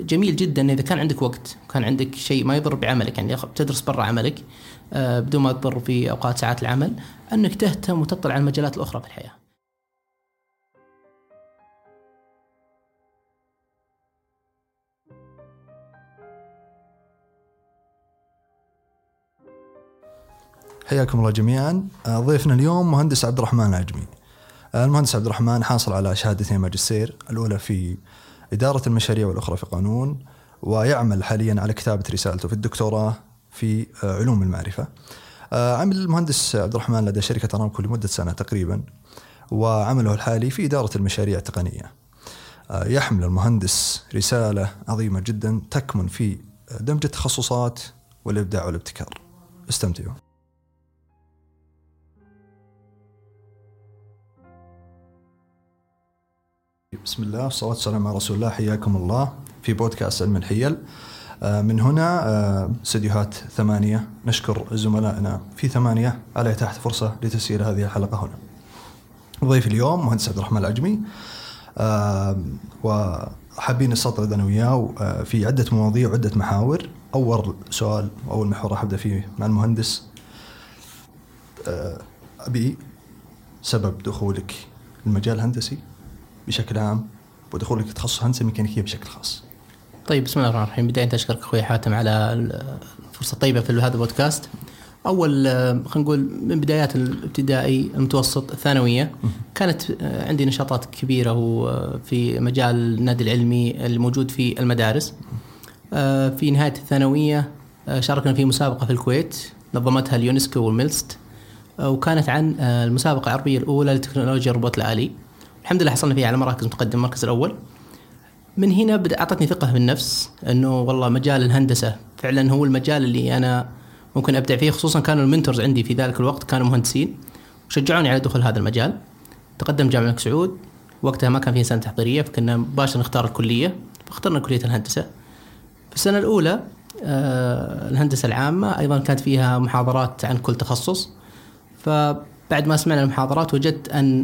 جميل جدا إذا كان عندك وقت، كان عندك شيء ما يضر بعملك، يعني تدرس برا عملك بدون ما تضر في أوقات ساعات العمل، أنك تهتم وتطلع على المجالات الأخرى في الحياة. حياكم الله جميعا. ضيفنا اليوم مهندس عبد الرحمن العجمي. المهندس عبد الرحمن حاصل على شهادتين ماجستير، الأولى في إدارة المشاريع والأخرى في قانون، ويعمل حاليا على كتابة رسالته في الدكتوراه في علوم المعرفة. عمل المهندس عبد الرحمن لدى شركة أرامكو لمدة سنة تقريبا، وعمله الحالي في إدارة المشاريع التقنية. يحمل المهندس رسالة عظيمة جدا تكمن في دمج التخصصات والإبداع والابتكار. استمتعوا. بسم الله والصلاة والسلام على رسول الله. حياكم الله في بودكاست علم الحيل. من هنا استديوهات 8. نشكر زملائنا في 8 على إتاحة فرصة لتسجيل هذه الحلقة هنا. ضيف اليوم مهندس عبد الرحمن العجمي، وحابين نستطرد أنا وياه في عدة مواضيع وعدة محاور. أول سؤال وأول محور راح أبدأ فيه مع المهندس. أبي سبب دخولك المجال الهندسي بشكل عام ودخولك تخصص هندسة ميكانيكية بشكل خاص. طيب، بسم الله الرحمن الرحيم. بداية أشكرك أخوي حاتم على الفرصة الطيبة في هذا البودكاست. أول خلينا نقول من بدايات الابتدائي المتوسط الثانوية كانت عندي نشاطات كبيرة في مجال النادي العلمي الموجود في المدارس. في نهاية الثانوية شاركنا في مسابقة في الكويت نظمتها اليونسكو والميلست، وكانت عن المسابقة العربية الأولى لتكنولوجيا الروبوت الآلي. الحمد لله حصلنا فيها على مراكز متقدمة، المركز الأول. من هنا أعطتني ثقة بالنفس أنه والله مجال الهندسة فعلا هو المجال اللي أنا ممكن أبدع فيه، خصوصا كانوا المنتورز عندي في ذلك الوقت كانوا مهندسين وشجعوني على دخول هذا المجال. تقدم جامعة الملك سعود، وقتها ما كان فيه سنة تحضيرية، فكنا مباشرة نختار الكلية، فاخترنا كلية الهندسة. في السنة الأولى الهندسة العامة أيضا كانت فيها محاضرات عن كل تخصص. فبعد ما سمعنا المحاضرات وجدت أن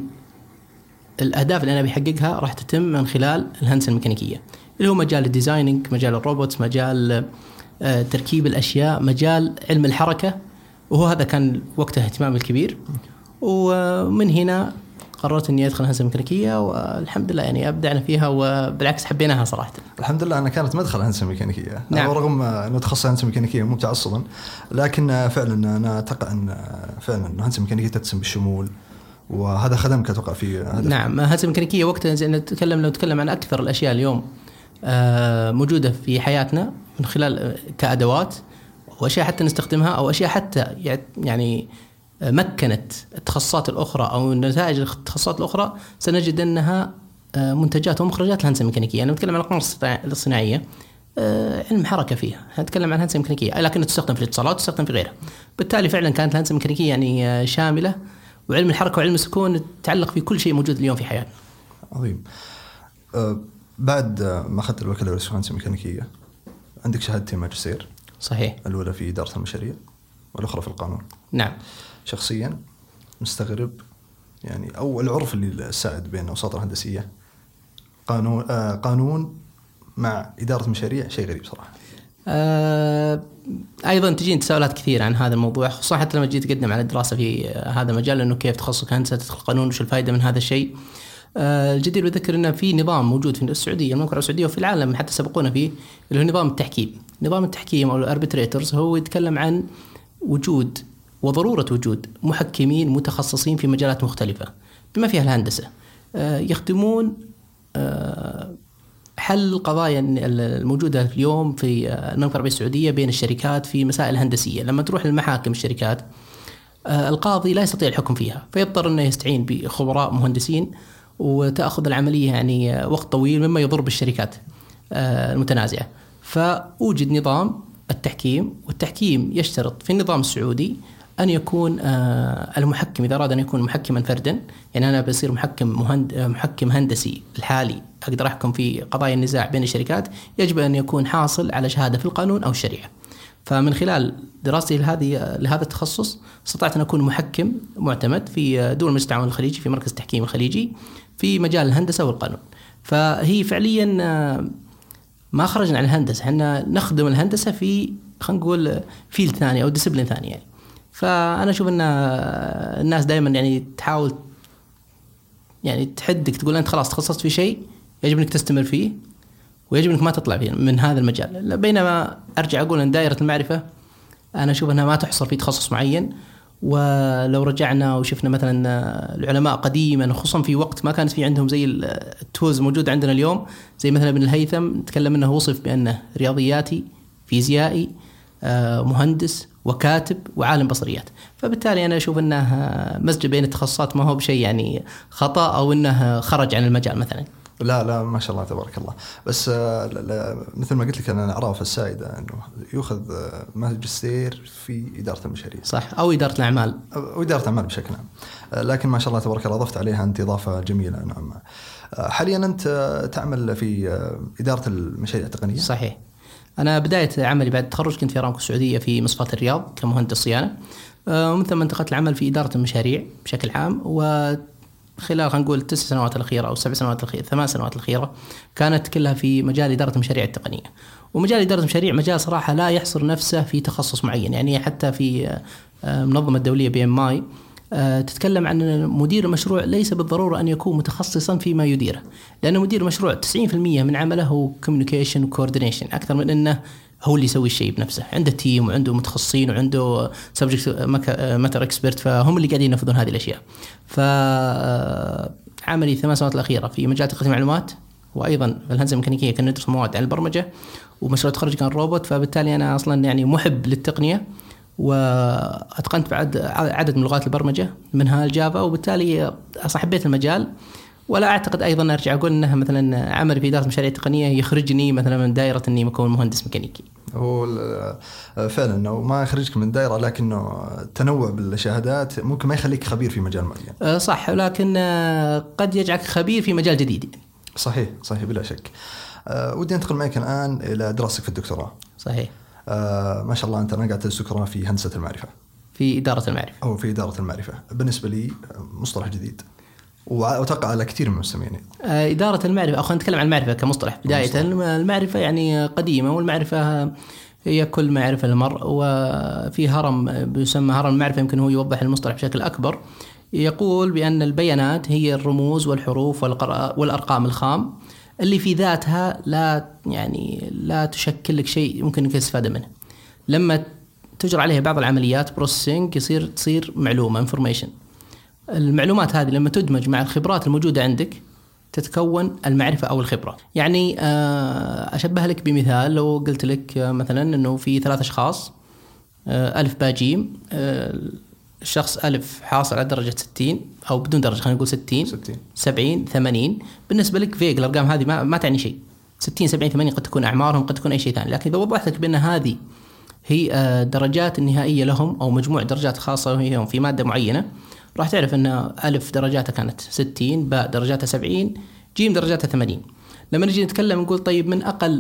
الأهداف اللي أنا بيحققها راح تتم من خلال الهندسة الميكانيكية، اللي هو مجال الديزايننج، مجال الروبوتس، مجال تركيب الأشياء، مجال علم الحركة، وهو هذا كان وقتها اهتمامي الكبير. ومن هنا قررت إني أدخل الهندسة الميكانيكية، والحمد لله يعني أبدعنا فيها، وبالعكس حبيناها صراحة. الحمد لله أنا كانت مدخل الهندسة الميكانيكية. نعم. رغم أنه تخصص الهندسة الميكانيكية مو متعصبا، لكن فعلا أنا أتوقع أن فعلا الهندسة الميكانيكية تتسم بالشمول، وهذا خدمك أتوقع في هذا. نعم، الهندسة الميكانيكية وقتها لو نتكلم عن أكثر الأشياء اليوم موجودة في حياتنا من خلال كأدوات وأشياء حتى نستخدمها، أو أشياء حتى يعني مكنت التخصصات الأخرى أو نتائج التخصصات الأخرى، سنجد أنها منتجات ومخرجات الهندسة الميكانيكية. أنا نتكلم عن الأقمار الصناعية، علم حركة فيها، نتكلم عن الهندسة الميكانيكية، لكن تستخدم في الاتصالات وتستخدم في غيرها. بالتالي فعلا كانت الهندسة الميكانيكية يعني شاملة، وعلم الحركة وعلم السكون تعلق في كل شيء موجود اليوم في حياتنا. عظيم. بعد ما أخذت الوكالة في الهندسة الميكانيكية عندك شهادتين ماجستير. صحيح. الأولى في إدارة المشاريع والأخرى في القانون. نعم. شخصيا مستغرب يعني، أو العرف اللي السائد بين الأوساط الهندسية، قانون مع إدارة مشاريع، شيء غريب صراحة. أيضا تجين تساؤلات كثيرة عن هذا الموضوع، خصوصا حتى لما جيت أقدم على الدراسة في هذا المجال، لأنه كيف تخصصك هندسة تدخل قانون، وش الفائدة من هذا الشيء. الجدير بذكر أنه في نظام موجود في السعودية، المملكة العربية السعودية وفي العالم حتى سبقونا فيه، اللي هو نظام التحكيم. نظام التحكيم أو الأربيتريتورز هو يتكلم عن وجود وضرورة وجود محكمين متخصصين في مجالات مختلفة بما فيها الهندسة، يخدمون حل القضايا الموجودة اليوم في المملكة العربية السعودية بين الشركات في مسائل هندسية. لما تروح للمحاكم الشركات، القاضي لا يستطيع الحكم فيها، فيضطر أنه يستعين بخبراء مهندسين، وتأخذ العملية يعني وقت طويل مما يضر بالشركات المتنازعة. فأوجد نظام التحكيم، والتحكيم يشترط في النظام السعودي أن يكون المحكم إذا أراد أن يكون محكما فردا، يعني أنا بصير محكم هندسي الحالي أقدر أحكم في قضايا النزاع بين الشركات، يجب أن يكون حاصل على شهادة في القانون أو الشريعة. فمن خلال دراستي لهذا التخصص استطعت أن أكون محكم معتمد في دول المجلس التعاون الخليجي، في مركز التحكيم الخليجي في مجال الهندسة والقانون. فهي فعليا ما خرجنا عن الهندسة، احنا نخدم الهندسة في خلينا نقول فيلد ثاني أو ديسبلين ثاني يعني. فأنا أشوف أن الناس دائما يعني تحاول يعني تحدك، تقول أنت خلاص تخصصت في شيء يجب أنك تستمر فيه ويجب أنك ما تطلع فيه من هذا المجال. بينما أرجع أقول أن دائرة المعرفة أنا أشوف أنها ما تحصر في تخصص معين. ولو رجعنا وشفنا مثلا العلماء قديما خصوصا في وقت ما كانت في عندهم زي التولز موجودة عندنا اليوم، زي مثلا ابن الهيثم تكلم أنه وصف بأنه رياضياتي، فيزيائي، مهندس وكاتب وعالم بصريات. فبالتالي أنا أشوف أنه مزج بين التخصصات ما هو بشيء يعني خطأ أو أنه خرج عن المجال مثلا. لا ما شاء الله تبارك الله. بس مثل ما قلت لك أنا أعرف السائدة أنه يأخذ ماجستير في إدارة المشاريع، صح، أو إدارة الأعمال أو إدارة الأعمال بشكل عام. لكن ما شاء الله تبارك الله أضفت عليها أنت إضافة جميلة. نعم. حاليا أنت تعمل في إدارة المشاريع التقنية. صحيح. أنا بداية عملي بعد التخرج كنت في أرامكو السعودية في مصفاة الرياض كمهندس صيانة، ومن ثم انتقلت العمل في إدارة المشاريع بشكل عام. وخلال خلينا نقول 9 سنوات الأخيرة أو 7 سنوات الأخيرة 8 سنوات الأخيرة كانت كلها في مجال إدارة المشاريع التقنية. ومجال إدارة المشاريع مجال صراحة لا يحصر نفسه في تخصص معين، يعني حتى في منظمة الدولية BMI تتكلم عن مدير المشروع ليس بالضرورة أن يكون متخصصا فيما يديره، لأن مدير المشروع 90% من عمله هو communication و coordination أكثر من أنه هو اللي يسوي الشيء بنفسه. عنده تيم وعنده متخصصين وعنده subject matter expert، فهم اللي قاعدين ينفذون هذه الأشياء. فعملي 8 سنوات الأخيرة في مجال تقنية المعلومات، وأيضا في الهندسة الميكانيكية كنا ندرس مواد عن البرمجة، ومشروع التخرج كان روبوت. فبالتالي أنا أصلا يعني محب للتقنية، وأتقنت بعد عدد من لغات البرمجة منها الجافا، وبالتالي حبيت المجال. ولا أعتقد أيضا أرجع أقول أنها مثلا عمل في إدارة مشاريع تقنية يخرجني مثلا من دائرة أني أكون مهندس ميكانيكي. هو فعلا أنه ما يخرجك من دائرة، لكنه التنوع بالشهادات ممكن ما يخليك خبير في مجال معين. صح، لكن قد يجعلك خبير في مجال جديد. صحيح بلا شك. ودي أنتقل معك الآن إلى دراستك في الدكتوراه. صحيح. ما شاء الله أنت قاعد تدرس دكتوراه في هندسة المعرفة، في إدارة المعرفة أو في إدارة المعرفة. بالنسبة لي مصطلح جديد وأتوقع على كثير من المستمعين. إدارة المعرفة، أو خلينا نتكلم عن المعرفة كمصطلح. بداية المعرفة يعني قديمة، والمعرفة هي كل ما يعرفه المرء. وفي هرم بيسمى هرم المعرفة، يمكن هو يوضح المصطلح بشكل أكبر. يقول بأن البيانات هي الرموز والحروف والأرقام الخام اللي في ذاتها لا تشكل لك شيء ممكن انك تستفاد منه. لما تجرى عليها بعض العمليات بروسيسنج تصير معلومة انفورميشن. المعلومات هذه لما تدمج مع الخبرات الموجودة عندك تتكون المعرفة أو الخبرة. يعني أشبه لك بمثال، لو قلت لك مثلا أنه في 3 أشخاص ألف باجيم، الشخص ألف حاصل على درجة 60 أو بدون درجة، خلينا نقول 60 70 80. بالنسبة لك فيق الأرقام هذه ما تعني شيء. 60 70 80 قد تكون أعمارهم، قد تكون أي شيء ثاني. لكن إذا وضحت لك بأن هذه هي درجات النهائية لهم أو مجموع درجات خاصة لهم في مادة معينة، راح تعرف أن ألف درجاتها كانت 60، باء درجاتها 70، جيم درجاتها 80. لما نجي نتكلم نقول طيب من أقل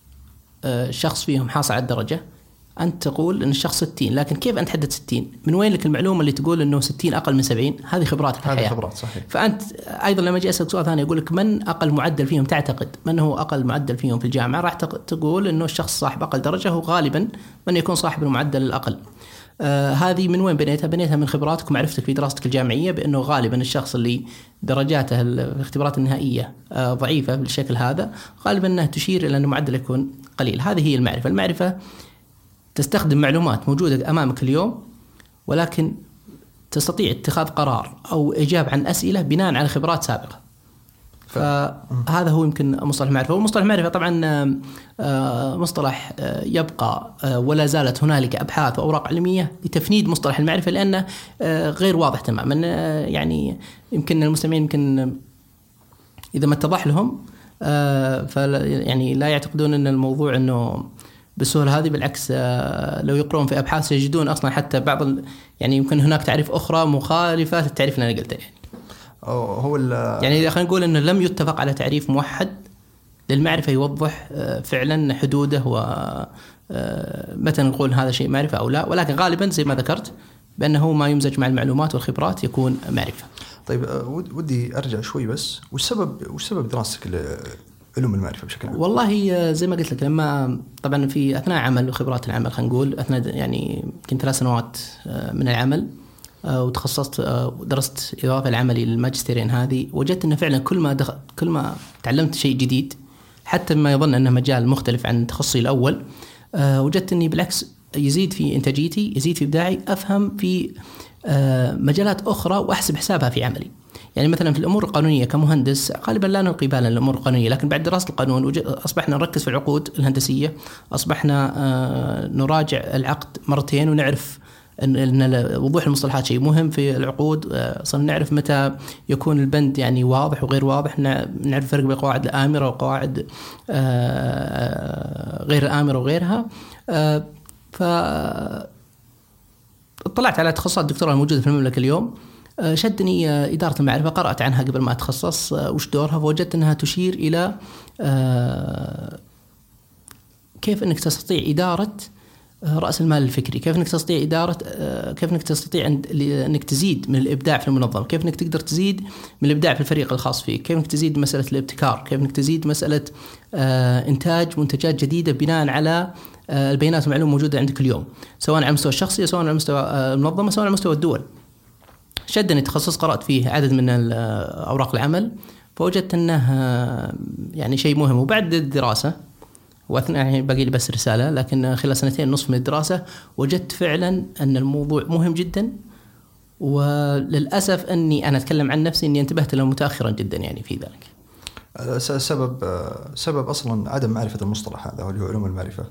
شخص فيهم حاصل على الدرجة، أنت تقول أن الشخص 60، لكن كيف أنت تحدد 60؟ من وين لك المعلومة اللي تقول أنه 60 أقل من 70؟ هذه خبراتك في الحياة. هذه خبرات، صحيح. فأنت أيضا لما أجي أسألك سؤال ثاني يقول لك من أقل معدل فيهم تعتقد من هو أقل معدل فيهم في الجامعة، راح تقول أنه الشخص صاحب أقل درجة هو غالبا من يكون صاحب المعدل الأقل. هذه من وين بنيتها من خبراتك ومعرفتك في دراستك الجامعية، بأنه غالبا الشخص اللي درجاته الاختبارات النهائية ضعيفة بالشكل هذا غالبا أنها تشير إلى أن معدل يكون قليل. هذه هي المعرفة. المعرفة تستخدم معلومات موجودة أمامك اليوم، ولكن تستطيع اتخاذ قرار أو إجابة عن أسئلة بناء على خبرات سابقة. فهذا هو يمكن مصطلح المعرفة. ومصطلح المعرفة طبعا مصطلح يبقى ولا زالت هنالك أبحاث وأوراق علمية لتفنيد مصطلح المعرفة، لأنه غير واضح تماما. يعني يمكن المستمعين يمكن إذا ما اتضح لهم يعني لا يعتقدون أن الموضوع أنه بالسهولة هذه. بالعكس لو يقرون في أبحاث يجدون أصلا حتى بعض يعني يمكن هناك تعريف أخرى مخالفة للتعريف اللي أنا قلته. يعني إذا خلينا نقول أنه لم يتفق على تعريف موحد للمعرفة يوضح فعلا حدوده ومتى نقول هذا شيء معرفة أو لا، ولكن غالبا زي ما ذكرت بأنه ما يمزج مع المعلومات والخبرات يكون معرفة. طيب ودي أرجع شوي بس، وش سبب دراستك علوم المعرفة بشكل عام؟ والله زي ما قلت لك، لما طبعا في أثناء عمل وخبرات العمل، خلينا نقول أثناء يعني كنت 3 سنوات من العمل، وتخصصت ودرست إضافة العملي للماجستيرين هذه، وجدت أنه فعلا كل ما تعلمت شيء جديد، حتى ما يظن أنه مجال مختلف عن تخصصي الأول، وجدت أني بالعكس يزيد في إنتاجيتي، يزيد في إبداعي، أفهم في مجالات أخرى وأحسب حسابها في عملي. يعني مثلا في الأمور القانونية كمهندس غالبا لا نلقي بالا للأمور القانونية، لكن بعد دراسة القانون أصبحنا نركز في العقود الهندسية، أصبحنا نراجع العقد مرتين ونعرف أن وضوح المصطلحات شيء مهم في العقود. صرنا نعرف متى يكون البند يعني واضح وغير واضح، نعرف الفرق بين القواعد الآمرة وقواعد غير الآمرة وغيرها. فاطلعت على تخصصات الدكتوراه الموجودة في المملكة اليوم، شدني إدارة المعرفة، قرأت عنها قبل ما أتخصص وش دورها، فوجدت أنها تشير إلى كيف أنك تستطيع إدارة رأس المال الفكري، كيف أنك تستطيع إدارة، كيف أنك تستطيع أنك تزيد من الإبداع في المنظمة، كيف أنك تقدر تزيد من الإبداع في الفريق الخاص فيك، كيف أنك تزيد مسألة الابتكار، كيف أنك تزيد مسألة إنتاج منتجات جديدة بناء على البيانات والمعلومات الموجودة عندك اليوم، سواء على المستوى الشخصي، سواء على مستوى المنظمة، سواء على مستوى الدول. شدني تخصص، قرأت فيه عدد من أوراق العمل، فوجدت أنه يعني شيء مهم. وبعد الدراسة وأثناء باقي لي بس رسالة، لكن خلال 2.5 من الدراسة وجدت فعلا أن الموضوع مهم جدا، وللأسف أني أنا أتكلم عن نفسي أني انتبهت له متأخرا جدا يعني في ذلك. سبب أصلا عدم معرفة المصطلح هذا اللي هو علوم المعرفة.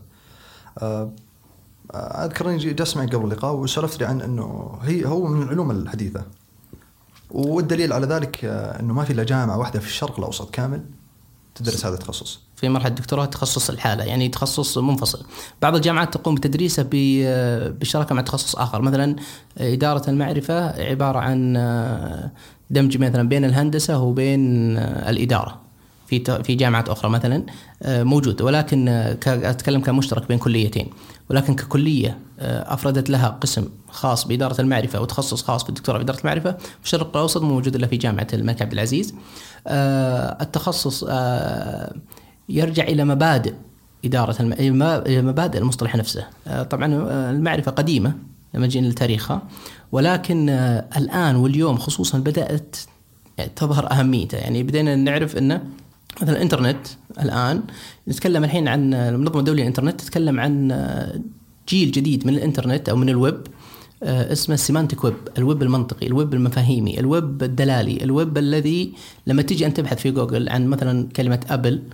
أذكر أني جلست معي قبل اللقاء وسولفت لي عن أنه هو من العلوم الحديثة، والدليل على ذلك أنه ما في إلا جامعة واحدة في الشرق الأوسط كامل تدرس هذا التخصص في مرحلة الدكتوراه، تخصص الحالة يعني تخصص منفصل. بعض الجامعات تقوم بتدريسه بالشراكة مع تخصص آخر، مثلا إدارة المعرفة عبارة عن دمج مثلا بين الهندسة وبين الإدارة في جامعات أخرى مثلا موجود، ولكن أتكلم كمشترك بين كليتين، ولكن ككلية أفردت لها قسم خاص بإدارة المعرفة وتخصص خاص في الدكتوراه بإدارة المعرفة في الشرق الأوسط موجود إلا في جامعة الملك عبد العزيز. التخصص يرجع إلى مبادئ إدارة مبادئ المصطلح نفسه. طبعا المعرفة قديمة لما جينا لتاريخها، ولكن الآن واليوم خصوصا بدأت تظهر أهميتها. يعني بدينا نعرف أنه مثلا الإنترنت، الآن نتكلم الحين عن المنظمة الدولية للإنترنت، تتكلم عن جيل جديد من الإنترنت أو من الويب، اسمه السيمانتيك ويب، الويب المنطقي، الويب المفاهيمي، الويب الدلالي، الويب الذي لما تيجي أن تبحث في جوجل عن مثلا كلمة أبل،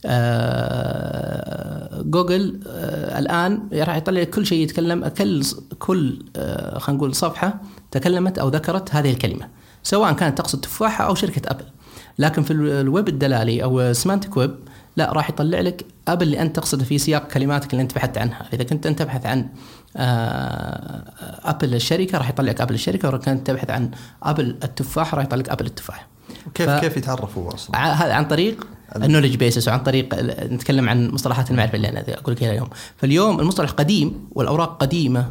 جوجل الآن راح يطلع كل شيء يتكلم، كل خلينا نقول صفحة تكلمت أو ذكرت هذه الكلمة، سواء كانت تقصد تفاحة أو شركة أبل. لكن في الويب الدلالي أو السيمانتيك ويب لا، راح يطلع لك أبل اللي أنت تقصد في سياق كلماتك اللي أنت بحثت عنها. إذا كنت أنت تبحث عن أبل الشركة راح يطلع لك أبل الشركة، وإذا كنت تبحث عن أبل التفاح راح يطلع لك أبل التفاح. كيف يتعرفوا أصلا؟ هذا عن طريق النولج بيسس، وعن طريق نتكلم عن مصطلحات المعرفة اللي أنا أقول لك اليوم. فاليوم المصطلح قديم والأوراق قديمة،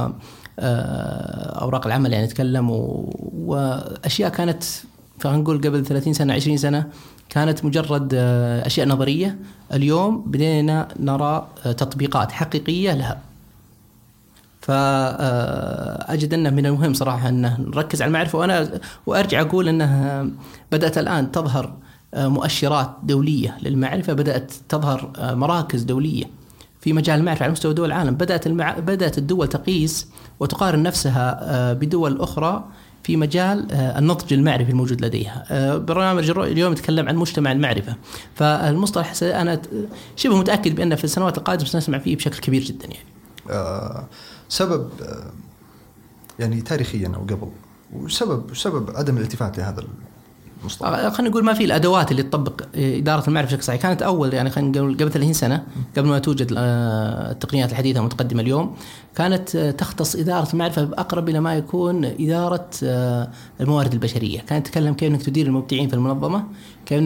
وأوراق العمل يعني نتكلم وأشياء كانت فخلينا نقول قبل 30 سنة 20 سنة كانت مجرد أشياء نظرية. اليوم بدينا نرى تطبيقات حقيقية لها. فأجد أنه من المهم صراحة أن نركز على المعرفة، وأرجع أقول أنه بدأت الآن تظهر مؤشرات دولية للمعرفة، بدأت تظهر مراكز دولية في مجال المعرفة على مستوى دول العالم. بدأت الدول تقيس وتقارن نفسها بدول أخرى في مجال النضج المعرفي الموجود لديها. برنامج اليوم يتكلم عن مجتمع المعرفة، فالمصطلح أنا شبه متأكد بأنه في السنوات القادمة سنسمع فيه بشكل كبير جدا. يعني سبب يعني تاريخيا أو قبل، وسبب عدم الالتفات لهذا المصطلح، خلينا نقول ما في الأدوات اللي تطبق إدارة المعرفة بشكل صحيح. كانت أول يعني خلينا نقول قبل 30 سنة قبل ما توجد التقنيات الحديثة المتقدمة اليوم، كانت تختص إدارة المعرفة بأقرب إلى ما يكون إدارة الموارد البشرية. كانت تتكلم كيف إنك تدير المبدعين في المنظمة، كيف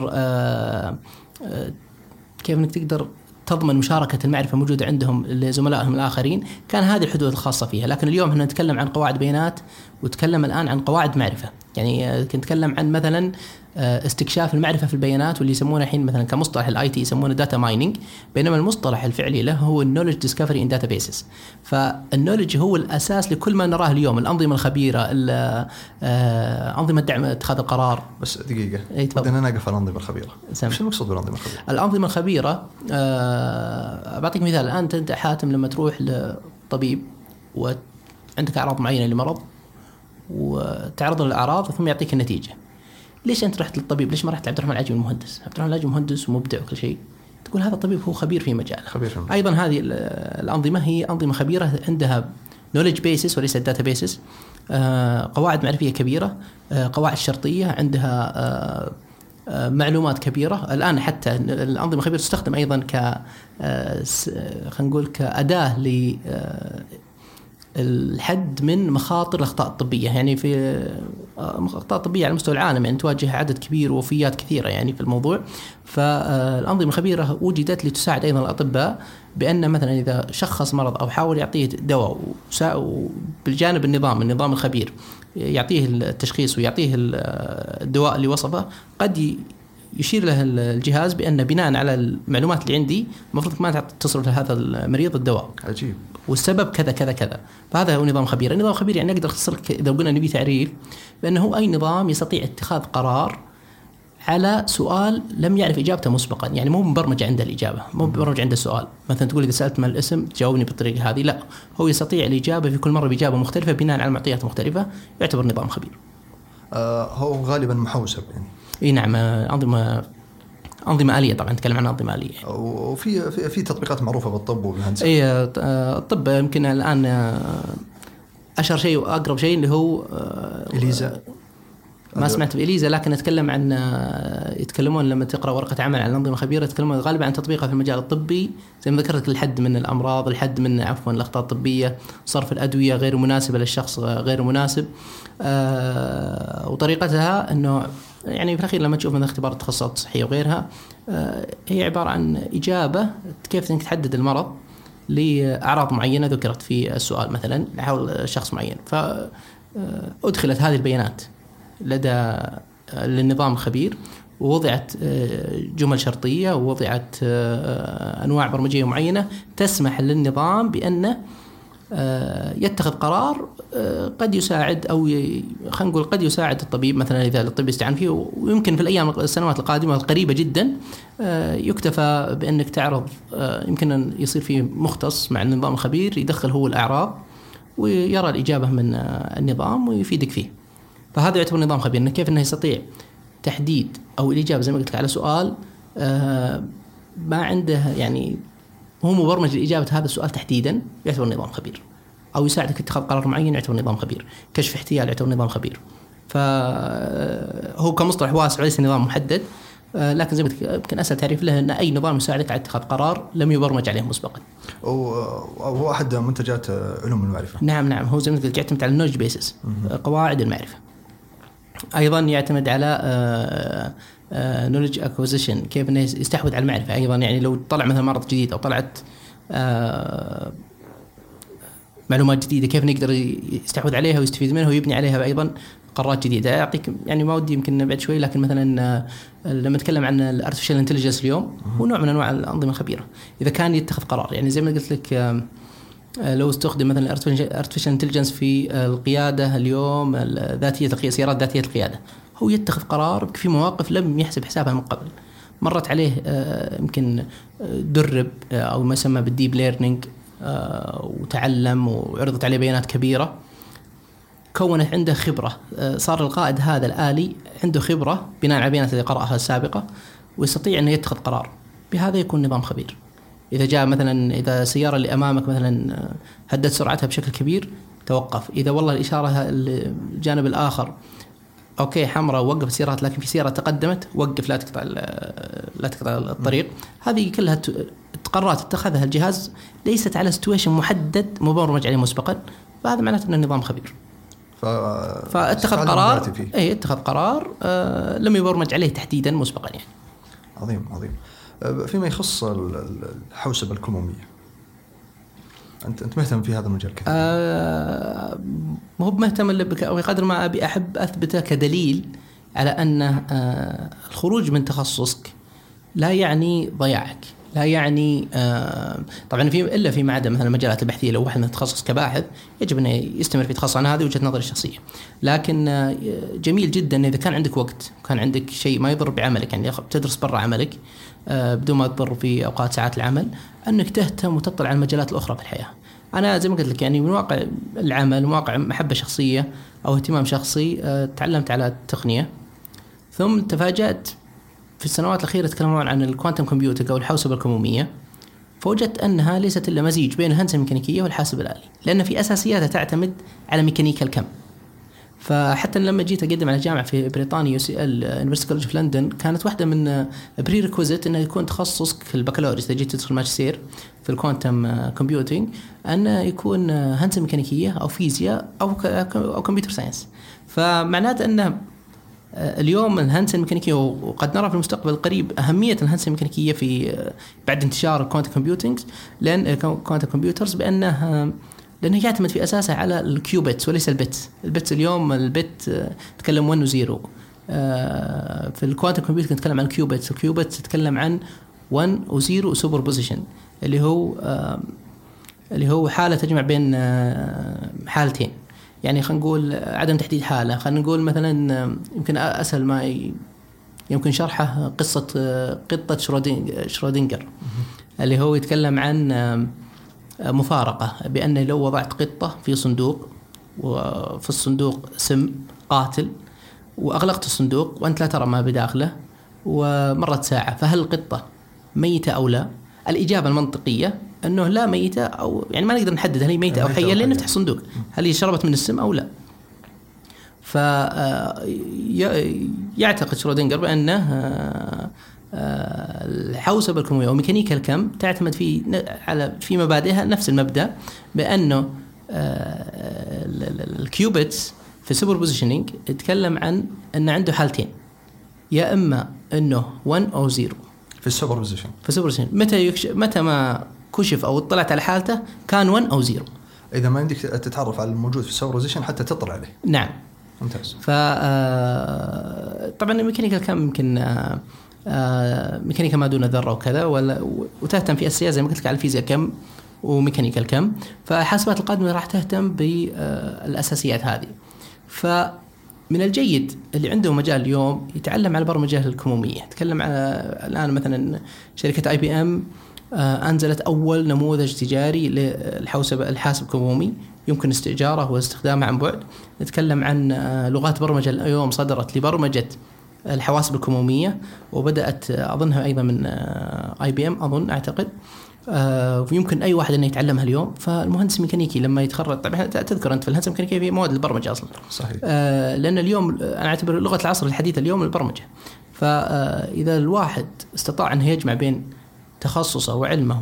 إنك تقدر تضمن مشاركة المعرفة موجودة عندهم لزملائهم الآخرين. كان هذه الحدود الخاصة فيها. لكن اليوم احنا نتكلم عن قواعد بيانات، وتكلم الآن عن قواعد معرفة. يعني كنت نتكلم عن مثلا استكشاف المعرفة في البيانات، واللي يسمونه الحين مثلا كمصطلح الاي تي يسمونه داتا مايننج، بينما المصطلح الفعلي له هو النولج ديسكفري ان داتابيسز. فالنولج هو الأساس لكل ما نراه اليوم، الأنظمة الخبيرة، أنظمة دعم اتخاذ القرار. بس دقيقة بدنا نقف على الأنظمة الخبيرة. وش المقصود بالأنظمة الخبيرة؟ الأنظمة الخبيرة بعطيك مثال. الآن أنت حاتم لما تروح لطبيب وعندك أعراض معينة لمرض وتعرض الأعراض ثم يعطيك النتيجة، ليش أنت رحت للطبيب؟ ليش ما رحت لعبد الرحمن العجمي المهندس؟ عبد الرحمن العجمي مهندس ومبدع وكل شيء، تقول هذا الطبيب هو خبير في مجاله. أيضا هذه الأنظمة هي أنظمة خبيرة عندها knowledge basis وليس data basis، قواعد معرفية كبيرة، قواعد شرطية، عندها معلومات كبيرة. الآن حتى الأنظمة الخبيرة تستخدم أيضا خلينا نقول كأداة الحد من مخاطر الأخطاء الطبية. يعني في أخطاء طبية على مستوى العالم يعني تواجه عدد كبير ووفيات كثيرة يعني في الموضوع. فالأنظمة الخبيرة وجدت لتساعد أيضا الأطباء بأن مثلا إذا شخص مرض أو حاول يعطيه دواء بالجانب النظام الخبير يعطيه التشخيص ويعطيه الدواء اللي وصفه، قد يشير له الجهاز بأن بناء على المعلومات اللي عندي المفروض ما تصرف لهذا المريض الدواء. عجيب. والسبب كذا كذا كذا. فهذا هو نظام خبير. النظام الخبير يعني نقدر نختصر إذا قلنا نبي تعريف بأنه أي نظام يستطيع اتخاذ قرار على سؤال لم يعرف إجابته مسبقا. يعني مو مبرمج عنده الإجابة، مو مبرمج عنده السؤال. مثلا تقول إذا سألت ما الاسم تجاوبني بالطريقة هذه، لا، هو يستطيع الإجابة في كل مرة بإجابة مختلفة بناء على معطيات مختلفة، يعتبر نظام خبير. هو غالبا محوسب يعني. اي نعم، أنظمة آلية. طبعا نتكلم عن أنظمة آلية. وفي تطبيقات معروفة بالطب وبالهندسة. اي الطب يمكن الآن أشهر شيء وأقرب شيء اللي هو إليزا. ما سمعت بإليزا، لكن أتكلم عن يتكلمون لما تقرأ ورقة عمل عن الأنظمة الخبيرة يتكلمون غالبا عن تطبيقها في المجال الطبي، زي ما ذكرت الحد من الأمراض، الحد من الأخطاء الطبية، صرف الأدوية غير مناسبة للشخص غير مناسب. وطريقتها أنه يعني في الأخير لما تشوف من اختبار التخصصات الصحية وغيرها هي عبارة عن إجابة كيف إنك تحدد المرض لأعراض معينة ذكرت في السؤال مثلا حول شخص معين. فأدخلت هذه البيانات لدى للنظام الخبير، ووضعت جمل شرطية، ووضعت أنواع برمجية معينة تسمح للنظام بأنه يتخذ قرار قد يساعد أو خلينا نقول قد يساعد الطبيب مثلا إذا الطبيب استعان فيه. ويمكن في السنوات القادمة القريبة جدا يكتفى بأنك تعرض، يمكن أن يصير فيه مختص مع النظام الخبير يدخل هو الأعراض ويرى الإجابة من النظام ويفيدك فيه. فهذا يعتبر نظام خبير، إنه كيف إنه يستطيع تحديد أو الإجابة زي ما قلت لك على سؤال ما عنده، يعني هو مبرمج لإجابة هذا السؤال تحديدا، يعتبر نظام خبير. أو يساعدك اتخاذ قرار معين يعتبر نظام خبير. كشف احتيال يعتبر نظام خبير. فهو كمصطلح واسع وليس نظام محدد، لكن زي ما يمكن أسهل تعريف له أن أي نظام يساعدك على اتخاذ قرار لم يبرمج عليه مسبقا. وهو أحد منتجات علوم المعرفة. نعم، هو زي ما قلت يعتمد على النولج بيسز، قواعد المعرفة. أيضا يعتمد على knowledge acquisition، كيف إنه يستحوذ على المعرفة. أيضا يعني لو طلع مثلا مرض جديد أو طلعت معلومات جديدة، كيف نقدر يستحوذ عليها ويستفيد منها ويبني عليها أيضا قرارات جديدة. أعطيك يعني ما ودي يمكن بعد شوي، لكن مثلا لما نتكلم عن الارتفيشال انتليجنس اليوم هو نوع من أنواع الأنظمة الخبيرة. إذا كان يتخذ قرار، يعني زي ما قلت لك لو استخدم مثلا الارتفيشال انتليجنس في القيادة اليوم، سيارات ذاتية القيادة، هو يتخذ قرار في مواقف لم يحسب حسابها من قبل، مرت عليه يمكن درب أو ما يسمى بالديب ليرنينج، وتعلم وعرضت عليه بيانات كبيرة، كونت عنده خبرة. صار القائد هذا الآلي عنده خبرة بناء على البيانات اللي قرأها السابقة، ويستطيع أن يتخذ قرار. بهذا يكون نظام خبير. إذا جاء مثلا إذا السيارة اللي أمامك مثلا هدت سرعتها بشكل كبير، توقف. إذا والله الإشارة الجانب الآخر أوكي حمراء وقف السيارات، لكن في سيارة تقدمت، وقف، لا تقطع الطريق. هذه كلها قرارات اتخذها الجهاز ليست على سيتويشن محدد مبرمج عليه مسبقا، فهذا معناته أنه نظام خبير. فاتخذ قرار، اتخذ قرار لم يبرمج عليه تحديدا مسبقا يعني. عظيم. فيما يخص الحوسبة الكمومية، أنت مهتم في هذا المجال كثير؟ مو مهتم إلا بقدر ما أبي أحب أثبته كدليل على أن الخروج من تخصصك لا يعني ضياعك، لا يعني طبعا إلا فيما عدا مثلا المجالات البحثية. لو واحد من التخصص كباحث يجب أنه يستمر في تخصص، أنا هذه وجهة نظري الشخصية. لكن جميل جدا إذا كان عندك وقت وكان عندك شيء ما يضر بعملك، يعني تدرس برا عملك بدون ما تضر في أوقات ساعات العمل، أنك تهتم وتطلع على المجالات الأخرى في الحياة. أنا زي ما قلت لك يعني من واقع العمل، من واقع محبة شخصية أو اهتمام شخصي، تعلمت على التقنية، ثم تفاجأت في السنوات الأخيرة يتكلمون عن الكوانتم كمبيوتر أو الحوسبة الكمومية، فوجدت أنها ليست إلا مزيج بين الهندسة الميكانيكية والحاسب الآلي، لأن في أساسياتها تعتمد على ميكانيكا الكم. فحتى لما جيت أقدم على جامعة في بريطانيا UCL University College of London، كانت واحدة من prerequisite أنه يكون تخصصك في البكالوريوس إذا جيت تدخل ماجستير في الكوانتم كمبيوتينج أنه يكون هندسة ميكانيكية أو فيزياء أو كمبيوتر ساينس. فمعناته أنه اليوم الهندسة الميكانيكية، وقد نرى في المستقبل القريب أهمية الهندسة الميكانيكية في بعد انتشار الكوانتم كمبيوتينج، لأن كوانتم كمبيوترز لأنه يعتمد في أساسه على الكيوبيتس وليس البيتس. البيتس اليوم البيت تتكلم 1 و 0، في الكوانتم كمبيوتر نتكلم عن الكيوبيتس، والكيوبيتس تتكلم عن 1 و 0 سوبر بوزيشن، اللي هو حالة تجمع بين حالتين. يعني خلينا نقول عدم تحديد حالة، خلينا نقول مثلا يمكن أسهل ما يمكن شرحه قطة شرودينجر، اللي هو يتكلم عن مفارقة، بأن لو وضعت قطة في صندوق وفي الصندوق سم قاتل وأغلقت الصندوق وأنت لا ترى ما بداخله ومرت ساعة، فهل القطة ميتة أو لا؟ الإجابة المنطقية أنه لا ميتة، أو يعني ما نقدر نحدد هل هي ميتة أو حية لين نفتح الصندوق، هل هي شربت من السم أو لا. يعتقد شرودينجر بأنه الحوسبة الكمومية وميكانيكا الكم تعتمد في مبادئها نفس المبدأ، بأنه الكيوبيتس في سوبر بوزيشنينج يتكلم عن أن عنده حالتين، يا إما أنه 1 أو 0 في السوبر بوزيشن. متى ما كشف أو اطلعت على حالته كان 1 أو 0. إذا ما عندك تتعرف على الموجود في السوبر بوزيشن حتى تطلع عليه. نعم، ممتاز. طبعا الميكانيكا كم يمكن ميكانيكا ما دون ذرة وكذا، وتهتم في أساسيات زي ما قلت لك على الفيزياء كم وميكانيكا الكم. فحاسبات القادمة راح تهتم بالأساسيات هذه. فمن الجيد اللي عنده مجال اليوم يتعلم على البرمجة الكمومية. تكلم على الآن مثلا شركة IBM أنزلت أول نموذج تجاري للحاسب الكمومي يمكن استئجاره واستخدامه عن بعد. نتكلم عن لغات برمجة اليوم صدرت لبرمجة الحواسب الكمومية، وبدأت أظنها أيضا من IBM أعتقد، ويمكن أي واحد أنه يتعلمها اليوم. فالمهندس الميكانيكي لما يتخرج، طبعا تذكر أنت في الهندسة الميكانيكية في مواد البرمجة أصلا. صحيح. لأن اليوم أنا أعتبر لغة العصر الحديث اليوم البرمجة. فإذا الواحد استطاع أنه يجمع بين تخصصه وعلمه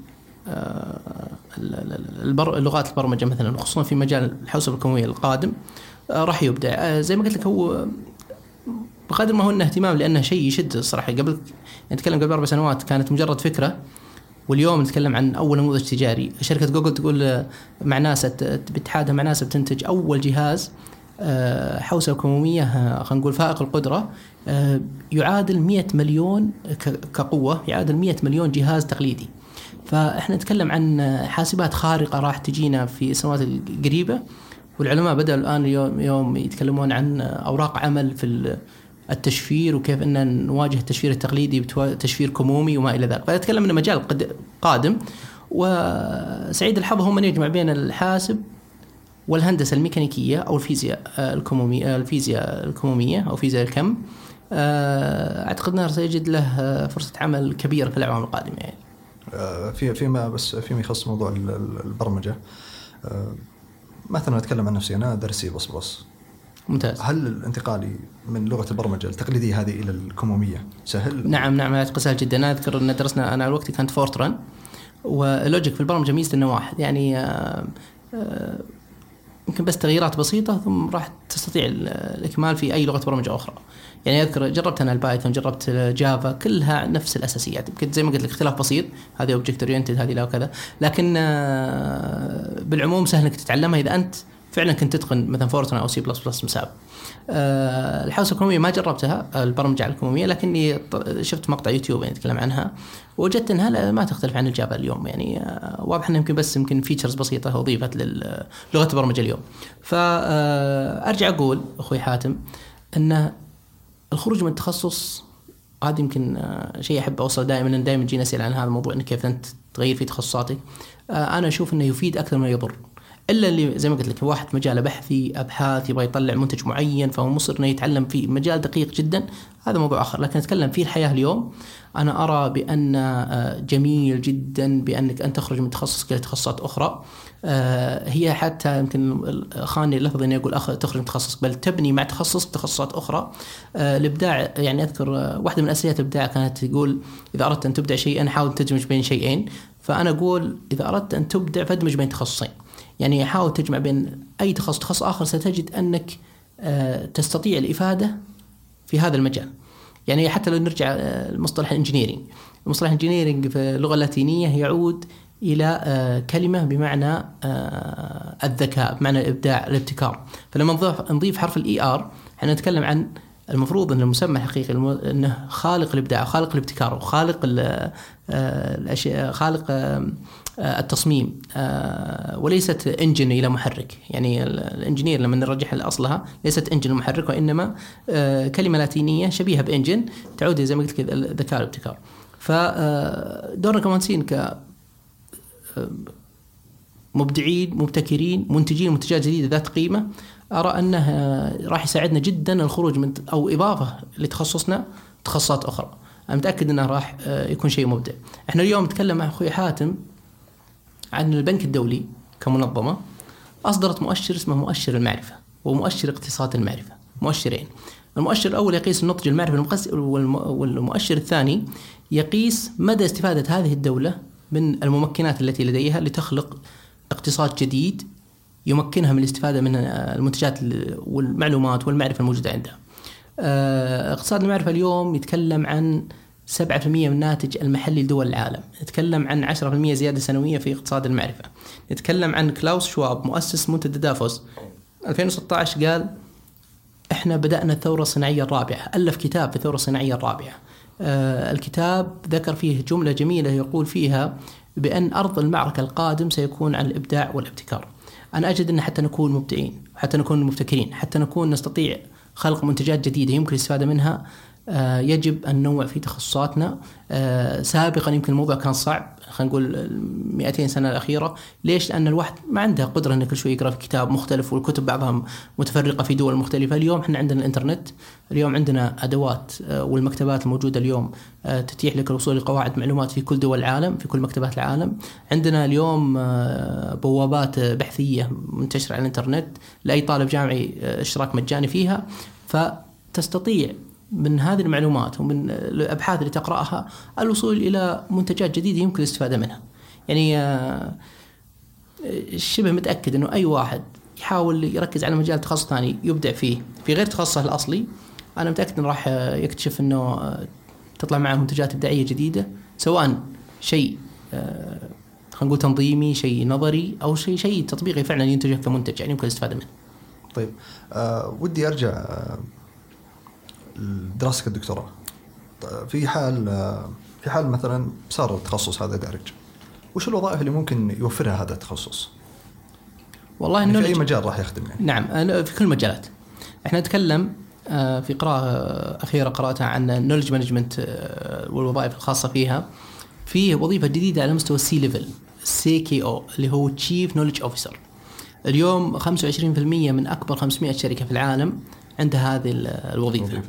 اللغات البرمجة مثلا، خصوصا في مجال الحوسبة الكمومية القادم، راح يبدع. زي ما قلت لك، هو بقدر ما هو انه اهتمام، لانه شيء يشد الصراحه. نتكلم قبل 4 سنوات كانت مجرد فكره، واليوم نتكلم عن اول نموذج تجاري. شركه جوجل تقول مع ناسا باتحادها مع ناسا بتنتج اول جهاز حوسبة كمومية خلينا نقول فائق القدره، يعادل 100 مليون كقوه، يعادل 100 مليون جهاز تقليدي. فاحنا نتكلم عن حاسبات خارقه راح تجينا في السنوات القريبه. والعلماء بدأوا الآن يوم يتكلمون عن أوراق عمل في التشفير، وكيف أن نواجه التشفير التقليدي بتشفير كمومي وما إلى ذلك. فأتكلم أن مجال قادم، وسعيد الحظ هو من يجمع بين الحاسب والهندسة الميكانيكية أو الفيزياء الكمومية أو فيزياء الكم. أعتقد أنه سيجد له فرصة عمل كبيرة في الأعوام القادمة. يعني فيما يخص موضوع البرمجة، مثلا أتكلم عن نفسي، أنا درسي بس. ممتاز. هل الانتقالي من لغة البرمجة التقليدية هذه إلى الكمومية سهل؟ نعم أعتقد سهل جدا. أنا أذكر أن درسنا، أنا الوقت كانت فورتران، واللوجيك في البرمجة ميزة إنه واحد، يعني يمكن بس تغييرات بسيطة ثم راح تستطيع الإكمال في أي لغة برمجة أخرى. يعني أذكر جربت أنا البايثون، جربت جافا، كلها نفس الأساسيات. يمكن زي ما قلت لك اختلاف بسيط، هذه أوبجكت أورينتد هذه لا وكذا، لكن بالعموم سهل إنك تتعلمها إذا أنت فعلا كنت تتقن مثلا فورتران او سي بلس بلس مساب. الحوسبه الكموميه ما جربتها البرمجه الكموميه، لكني شفت مقطع يوتيوب يعني يتكلم عنها ووجدت انها ما تختلف عن الجافا اليوم، يعني واضح انه يمكن فيتشرز بسيطه اضيفت للغه البرمجه اليوم. فارجع اقول اخوي حاتم ان الخروج من التخصص هذا يمكن شيء احب اوصل دائما يجينا اسئله عن هذا الموضوع، انك كيف انت تغير في تخصصاتك. انا اشوف انه يفيد اكثر ما يضر، الا اللي زي ما قلت لك واحد مجاله بحثي ابحاث يبغى يطلع منتج معين فهو مصر انه يتعلم في مجال دقيق جدا، هذا موضوع اخر. لكن اتكلم في الحياه اليوم، انا ارى بان جميل جدا بانك ان تخرج من تخصصك الى تخصصات اخرى. هي حتى يمكن خاني اللفظ اني اقول تخرج من تخصصك، بل تبني مع تخصصك تخصصات اخرى. الابداع يعني اذكر واحده من اساسيات الابداع كانت تقول اذا اردت ان تبدع شيئا حاول تدمج بين شيئين. فانا اقول اذا اردت ان تبدع فادمج بين تخصصين، يعني حاول تجمع بين اي تخصص اخر، ستجد انك تستطيع الافاده في هذا المجال. يعني حتى لو نرجع لمصطلح الانجينيرينج، المصطلح الانجينيرينج في اللغه اللاتينيه يعود إلى كلمة بمعنى الذكاء، بمعنى الإبداع الابتكار. فلما نضيف حرف الER احنا نتكلم عن المفروض أن المسمى الحقيقي أنه خالق الإبداع، خالق الابتكار، وخالق الأشياء، خالق التصميم، وليست انجن إلى محرك. يعني الانجينير لما نرجح لأصلها ليست انجن ومحرك، وإنما كلمة لاتينية شبيهة بانجن تعود زي ما قلت كذا الذكاء الابتكار. فدورنا كمهندسين مبدعين مبتكرين منتجين منتجات جديدة ذات قيمة، أرى أنه راح يساعدنا جدا الخروج من أو إضافة لتخصصنا تخصصات أخرى. أنا متأكد أنه راح يكون شيء مبدع. إحنا اليوم نتكلم مع أخوي حاتم عن البنك الدولي كمنظمة أصدرت مؤشر اسمه مؤشر المعرفة ومؤشر اقتصاد المعرفة، مؤشرين. المؤشر الأول يقيس النضج المعرفي والمؤشر الثاني يقيس مدى استفادة هذه الدولة من الممكنات التي لديها لتخلق اقتصاد جديد يمكنها من الاستفادة من المنتجات والمعلومات والمعرفة الموجودة عندها. اقتصاد المعرفة اليوم يتكلم عن 7% من الناتج المحلي لدول العالم، يتكلم عن 10% زيادة سنوية في اقتصاد المعرفة. يتكلم عن كلاوس شواب مؤسس منتدى دافوس 2016 قال احنا بدأنا الثورة الصناعية الرابعة، ألف كتاب في الثورة الصناعية الرابعة. الكتاب ذكر فيه جملة جميلة يقول فيها بأن أرض المعركة القادم سيكون عن الإبداع والابتكار. أنا أجد أن حتى نكون مبدعين، حتى نكون مبتكرين، حتى نكون نستطيع خلق منتجات جديدة يمكن الاستفادة منها، يجب أن ننوع في تخصصاتنا. سابقا يمكن الموضوع كان صعب، خلينا نقول 200 سنة الأخيرة. ليش؟ لأن الواحد ما عنده قدرة أن كل شوي يقرأ في كتاب مختلف، والكتب بعضها متفرقة في دول مختلفة. اليوم احنا عندنا الإنترنت، اليوم عندنا أدوات والمكتبات الموجودة اليوم تتيح لك الوصول لقواعد معلومات في كل دول العالم، في كل مكتبات العالم. عندنا اليوم بوابات بحثية منتشرة على الإنترنت لأي طالب جامعي اشتراك مجاني فيها، فتستطيع من هذه المعلومات ومن الأبحاث اللي تقرأها الوصول إلى منتجات جديدة يمكن الاستفادة منها. يعني شبه متأكد أنه أي واحد يحاول يركز على مجال تخصص ثاني يبدع فيه في غير تخصصه الأصلي، أنا متأكد أنه راح يكتشف أنه تطلع معه منتجات إبداعية جديدة، سواء شيء خلينا نقول تنظيمي، شيء نظري، أو شيء تطبيقي فعلا ينتج كمنتج يعني يمكن الاستفادة منه. طيب ودي أرجع دراسة الدكتوراه. في حال مثلا صار التخصص هذا دارج، وش الوظائف اللي ممكن يوفرها هذا التخصص؟ والله يعني في أي مجال راح يخدم يعني؟ نعم، في كل المجالات. احنا نتكلم في قراءة أخيرة قرأتها عن النولج مانجمنت والوظائف الخاصة فيها. في وظيفة جديدة على مستوى السي ليفل CKO اللي هو Chief Knowledge Officer. اليوم 25% من أكبر 500 شركة في العالم عندها هذه الوظيفة.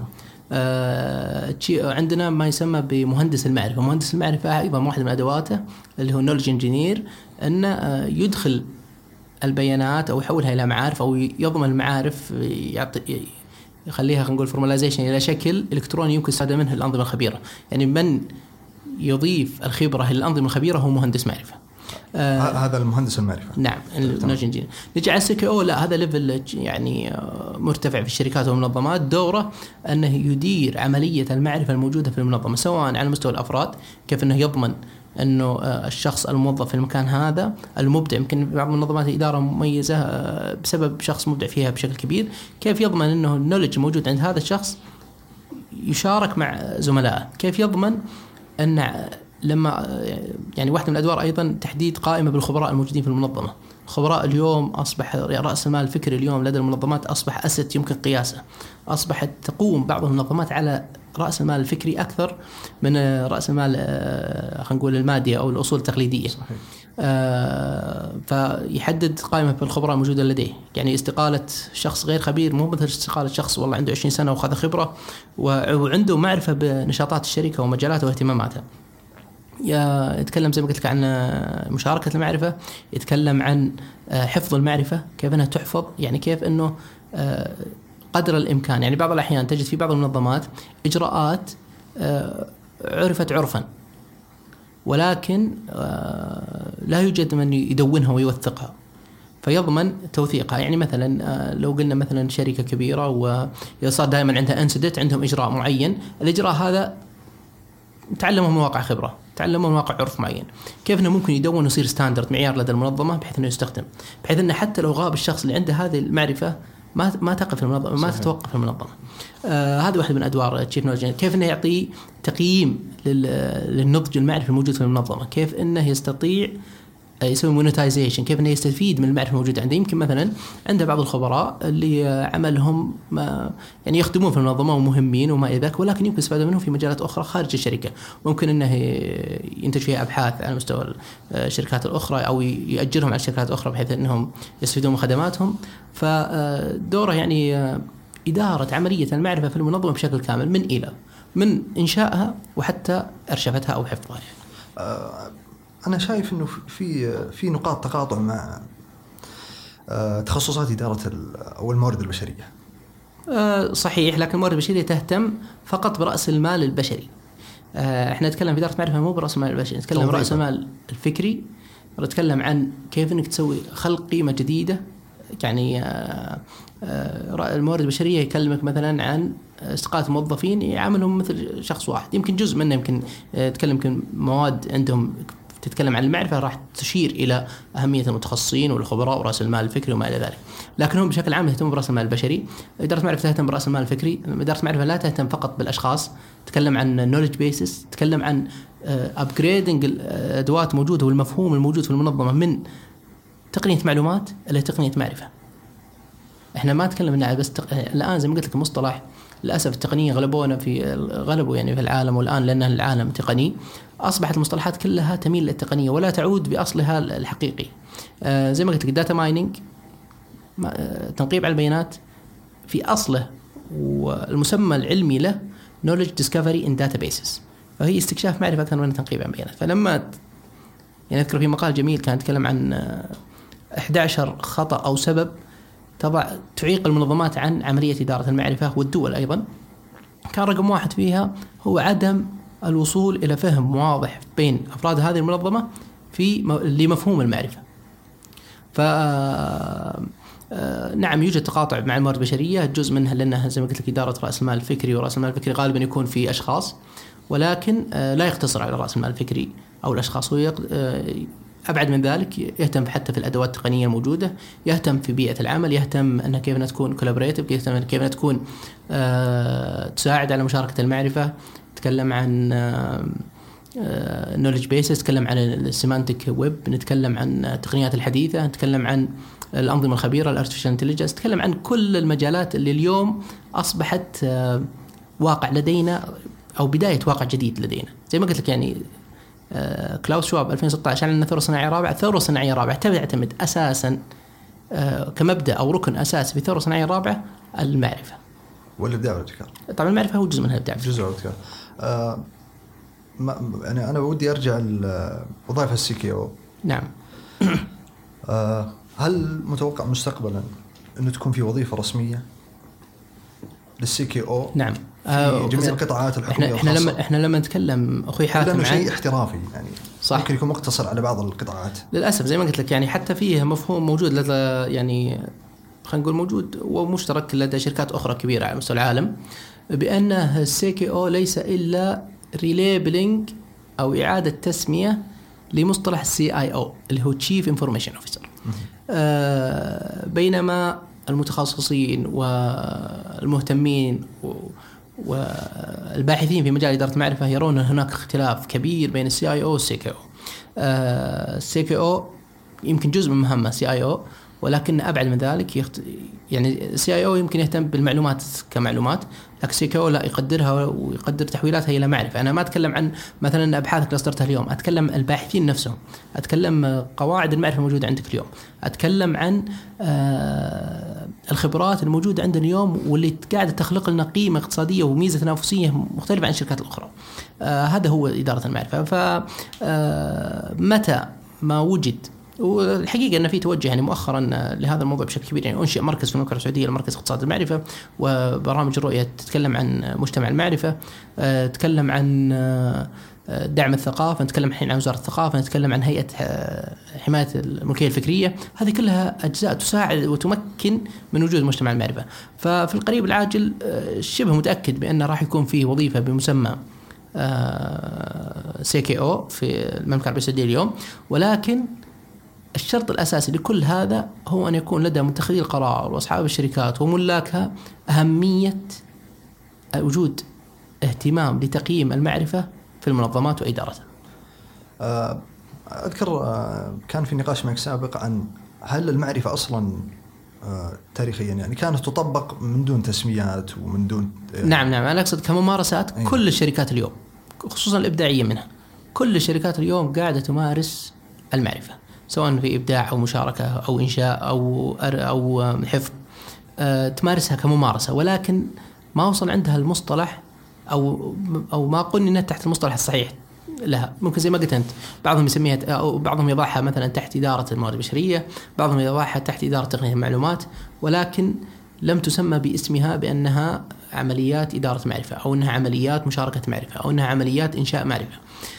عندنا ما يسمى بمهندس المعرفة. مهندس المعرفة أيضا واحد من أدواته اللي هو Knowledge Engineer، أنه يدخل البيانات أو يحولها إلى معارف، أو يضمن المعارف، يخليها خلينا نقول فورماليزيشن إلى شكل إلكتروني يمكن الاستفادة منه الأنظمة الخبيرة. يعني من يضيف الخبرة للأنظمة الخبيرة هو مهندس معرفة. هذا المهندس المعرفة. نعم. نجي على CKO، لا هذا ليفل يعني مرتفع في الشركات والمنظمات. دوره أنه يدير عملية المعرفة الموجودة في المنظمة، سواء على مستوى الأفراد كيف أنه يضمن انه الشخص الموظف في المكان هذا المبدع، يمكن بعض منظمات الاداره مميزه بسبب شخص مبدع فيها بشكل كبير، كيف يضمن انه النولج موجود عند هذا الشخص يشارك مع زملائه؟ كيف يضمن ان لما يعني واحدة من الأدوار أيضا تحديد قائمة بالخبراء الموجودين في المنظمة. خبراء اليوم أصبح رأس المال الفكري اليوم لدى المنظمات أصبح أسد يمكن قياسه، أصبحت تقوم بعض المنظمات على رأس المال الفكري أكثر من رأس المال خلينا نقول المادي أو الأصول التقليدية. صحيح. فيحدد قائمة بالخبراء الموجودة لديه، يعني استقالة شخص غير خبير مو مثل استقالة شخص والله عنده 20 سنة وخذ خبرة وعنده معرفة بنشاطات الشركة ومجالاتها واهتماماتها. يتكلم زي ما قلت لك عن مشاركة المعرفة، يتكلم عن حفظ المعرفة، كيف أنها تحفظ، يعني كيف أنه قدر الإمكان. يعني بعض الأحيان تجد في بعض المنظمات إجراءات عرفت عرفا ولكن لا يوجد من يدونها ويوثقها فيضمن توثيقها. يعني مثلا لو قلنا مثلا شركة كبيرة ويصار دائما عندها انسدت، عندهم إجراء معين، الإجراء هذا تعلموا من واقع خبرة، تعلموا من واقع عرف معين، كيف انه ممكن يدون ويصير ستاندرد معيار لدى المنظمة بحيث انه يستخدم، بحيث انه حتى لو غاب الشخص اللي عنده هذه المعرفة ما تقف المنظمة، ما تتوقف المنظمة. هذا واحد من ادوار تشيف نولج، كيف انه يعطي تقييم للنضج المعرفي الموجود في المنظمة، كيف انه يستطيع يسوي مونيتايزيشن، كيف انه يستفيد من المعرفه الموجوده عنده. يمكن مثلا عنده بعض الخبراء اللي عملهم يعني يخدمون في المنظمه ومهمين وما الى ذلك، ولكن يمكن يستفاد منهم في مجالات اخرى خارج الشركه، ممكن انه ينتج فيها ابحاث على مستوى الشركات الاخرى او ياجرهم على شركات اخرى بحيث انهم يستفيدون من خدماتهم. فدوره يعني اداره عمليه المعرفه في المنظمه بشكل كامل من الى، من انشائها وحتى ارشفتها او حفظها. أنا شايف إنه في نقاط تقاطع مع تخصصات إدارة أو الموارد البشرية. صحيح، لكن الموارد البشرية تهتم فقط برأس المال البشري. إحنا نتكلم في إدارة معرفة مو برأس المال البشري، نتكلم برأس المال الفكري، نتكلم عن كيف إنك تسوي خلق قيمة جديدة. يعني الموارد البشرية يكلمك مثلا عن استقالة موظفين يعاملهم مثل شخص واحد، يمكن جزء منه يمكن تتكلم يمكن مواد عندهم تتكلم عن المعرفة راح تشير إلى أهمية المتخصصين والخبراء ورأس المال الفكري وما إلى ذلك، لكنهم بشكل عام يهتمون برأس المال البشري. إدارة معرفة تهتم برأس المال الفكري. إدارة معرفة لا تهتم فقط بالأشخاص، تتكلم عن knowledge basis، تتكلم عن upgrading الأدوات موجودة والمفهوم الموجود في المنظمة من تقنية معلومات إلى تقنية معرفة. إحنا ما تكلمنا بس الآن زي ما قلت لك مصطلح للأسف التقنية غلبوا يعني في العالم، والآن لأن العالم تقني أصبحت المصطلحات كلها تميل للتقنية ولا تعود بأصلها الحقيقي. زي ما قلت لك الداتا مايننج، تنقيب على البيانات، في أصله والمسمى العلمي له knowledge discovery in databases، فهي استكشاف معرفة أكثر من تنقيب على البيانات. فلما يعني أذكر في مقال جميل كان يتكلم عن 11 خطأ أو سبب تعيق المنظمات عن عملية إدارة المعرفة والدول أيضا، كان رقم 1 فيها هو عدم الوصول إلى فهم واضح بين أفراد هذه المنظمة لمفهوم المعرفة. نعم يوجد تقاطع مع الموارد البشرية، جزء منها لأنها زي ما قلت لك إدارة رأس المال الفكري، ورأس المال الفكري غالبا يكون في أشخاص، ولكن لا يقتصر على رأس المال الفكري أو الأشخاص، هو أبعد من ذلك، يهتم حتى في الأدوات التقنية الموجودة، يهتم في بيئة العمل، يهتم أنها كيف أنها تكون كولابوريتيف، يهتم كيف أنها تكون تساعد على مشاركة المعرفة. نتكلم عن knowledge bases، نتكلم عن السيمانتيك ويب، نتكلم عن التقنيات الحديثة، نتكلم عن الأنظمة الخبيرة الارتفيشال انتليجنس، نتكلم عن كل المجالات اللي اليوم أصبحت واقع لدينا أو بداية واقع جديد لدينا. زي ما قلت لك يعني كلاوس شواب 2016 أعلن ثورة صناعية رابعة. الثورة الصناعية الرابعة تعتمد أساسا كمبدأ أو ركن أساسي في الثورة الصناعية الرابعة المعرفة والإبداع والابتكار. طبعا المعرفة هو جزء منها الإبداع، جزء والابتكار. أنا ودي أرجع لوظائف الCKO. نعم. هل متوقع مستقبلا أنه تكون في وظيفة رسمية للCKO؟ نعم. في جميع القطاعات الحكومية والخاصة. احنا لما نتكلم اخوي حاتم لانه شيء احترافي يعني صح. ممكن يكون مقتصر على بعض القطاعات للاسف زي ما قلت لك، يعني حتى فيه مفهوم موجود لدى يعني خلينا نقول موجود ومشترك لدى شركات اخرى كبيره على مستوى العالم، بان الCKO ليس الا ريليبلينج أو إعادة تسمية لمصطلح CIO اللي هو Chief Information Officer. بينما المتخصصين والمهتمين والباحثين في مجال إدارة المعرفة يرون أن هناك اختلاف كبير بين CIO والCKO. CKO يمكن جزء من مهمة CIO، ولكن أبعد من ذلك. يعني CIO يمكن يهتم بالمعلومات كمعلومات، لكن CKO لا، يقدرها ويقدر تحويلاتها إلى معرفة. أنا ما أتكلم عن مثلا أبحاثك اللي أصدرتها اليوم، أتكلم الباحثين نفسهم، أتكلم قواعد المعرفة الموجودة عندك اليوم، أتكلم عن الخبرات الموجودة عندنا اليوم واللي قاعدة تخلق لنا قيمة اقتصادية وميزة تنافسية مختلفة عن الشركات الأخرى. هذا هو إدارة المعرفة. فمتى ما وجد، والحقيقة أن في توجه يعني مؤخرا لهذا الموضوع بشكل كبير، يعني أنشئ مركز في المملكة السعودية، المركز اقتصاد المعرفة، وبرامج الرؤية تتكلم عن مجتمع المعرفة، تتكلم عن دعم الثقافة، نتكلم الحين عن وزارة الثقافة، نتكلم عن هيئة حماية الملكية الفكرية. هذه كلها أجزاء تساعد وتمكن من وجود مجتمع المعرفة. ففي القريب العاجل شبه متأكد بأن راح يكون فيه وظيفة بمسمى CKO في المملكة العربية السعودية اليوم، ولكن الشرط الأساسي لكل هذا هو أن يكون لدى متخذي القرار وأصحاب الشركات وملاكها أهمية وجود اهتمام لتقييم المعرفة في المنظمات وإدارتها. أذكر كان في نقاش معك سابق عن هل المعرفة أصلا تاريخيا يعني كانت تطبق من دون تسميات ومن دون نعم أنا أقصد كممارسات. كل الشركات اليوم خصوصا الإبداعية منها، كل الشركات اليوم قاعدة تمارس المعرفة، سواء في إبداع أو مشاركة أو إنشاء أو حفظ، تمارسها كممارسة، ولكن ما وصل عندها المصطلح أو ما قننت تحت المصطلح الصحيح لها. ممكن زي ما قلت أنت، بعضهم يسميها أو بعضهم يضعها مثلا تحت إدارة الموارد البشرية، بعضهم يضعها تحت إدارة تقنية المعلومات، ولكن لم تسمى باسمها بأنها عمليات إدارة معرفة، أو أنها عمليات مشاركة معرفة، أو أنها عمليات إنشاء معرفة.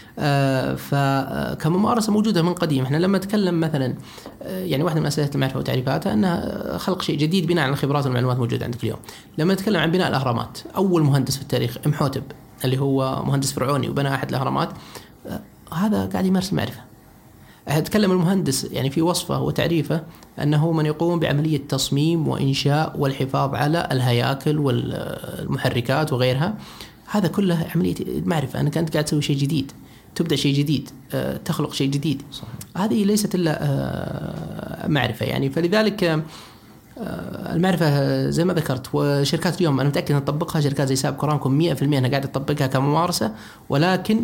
فكممارسة موجودة من قديم. احنا لما نتكلم مثلا يعني واحدة من أسئلة المعرفة وتعريفاتها أنها خلق شيء جديد بناء على الخبرات والمعلومات الموجودة عندك اليوم. لما نتكلم عن بناء الأهرامات، أول مهندس في التاريخ إمحوتب اللي هو مهندس فرعوني وبنى أحد الأهرامات، هذا قاعد يمارس المعرفة. أتكلم المهندس يعني في وصفه وتعريفه أنه من يقوم بعملية تصميم وإنشاء والحفاظ على الهياكل والمحركات وغيرها. هذا كله عملية معرفة، أنا كنت قاعد تسوي شيء جديد، تبدأ شيء جديد، تخلق شيء جديد. صحيح. هذه ليست إلا معرفة يعني. فلذلك المعرفة زي ما ذكرت، وشركات اليوم أنا متأكد أن تطبقها، شركات زي سابق أرامكو 100% أنها قاعدة تطبقها كممارسة، ولكن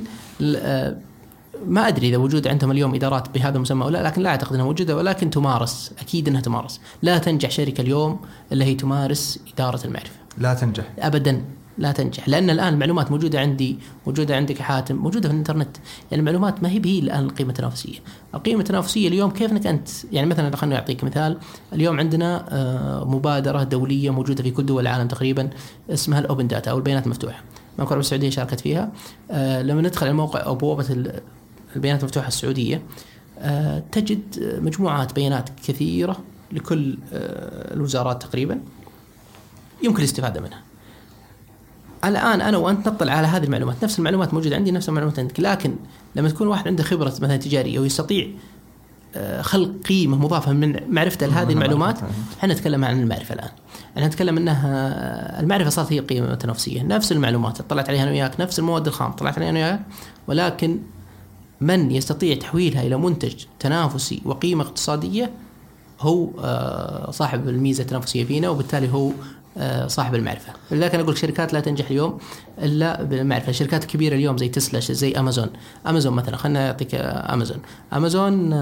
ما أدري إذا وجود عندهم اليوم إدارات بهذا المسمى ولا، لكن لا أعتقد أنها موجودة، ولكن تمارس، أكيد أنها تمارس. لا تنجح شركة اليوم اللي هي تمارس إدارة المعرفة، لا تنجح أبدا، لا تنجح. لأن الآن المعلومات موجودة عندي، موجودة عندك حاتم، موجودة في الإنترنت. يعني المعلومات ما هي الآن القيمة التنافسية. القيمة التنافسية اليوم كيف أنك أنت يعني مثلا خلنا نعطيك مثال. اليوم عندنا مبادرة دولية موجودة في كل دول العالم تقريبا اسمها الأوبن داتا أو البيانات المفتوحة. المملكة العربية السعودية شاركت فيها. لما ندخل الموقع أو بوابة البيانات المفتوحة السعودية تجد مجموعات بيانات كثيرة لكل الوزارات تقريبا يمكن الاستفادة منها. الآن أنا وأنت نطلع على هذه المعلومات، نفس المعلومات موجودة عندي، نفس المعلومات عندك، لكن لما تكون واحد عنده خبرة مثلا تجارية ويستطيع خلق قيمة مضافة من معرفته لهذه المعلومات، احنا نتكلم عن المعرفة الآن. احنا نتكلم أنها المعرفة صارت هي القيمة التنافسية. نفس المعلومات طلعت عليها أنا وياك، نفس المواد الخام طلعت عليها أنا وياك، ولكن من يستطيع تحويلها إلى منتج تنافسي وقيمة اقتصادية هو صاحب الميزة التنافسية فينا، وبالتالي هو صاحب المعرفة. لذلك أنا أقول شركات لا تنجح اليوم إلا بالمعرفة. الشركات الكبيرة اليوم زي تسلا، زي أمازون مثلا، خلنا نعطيك أمازون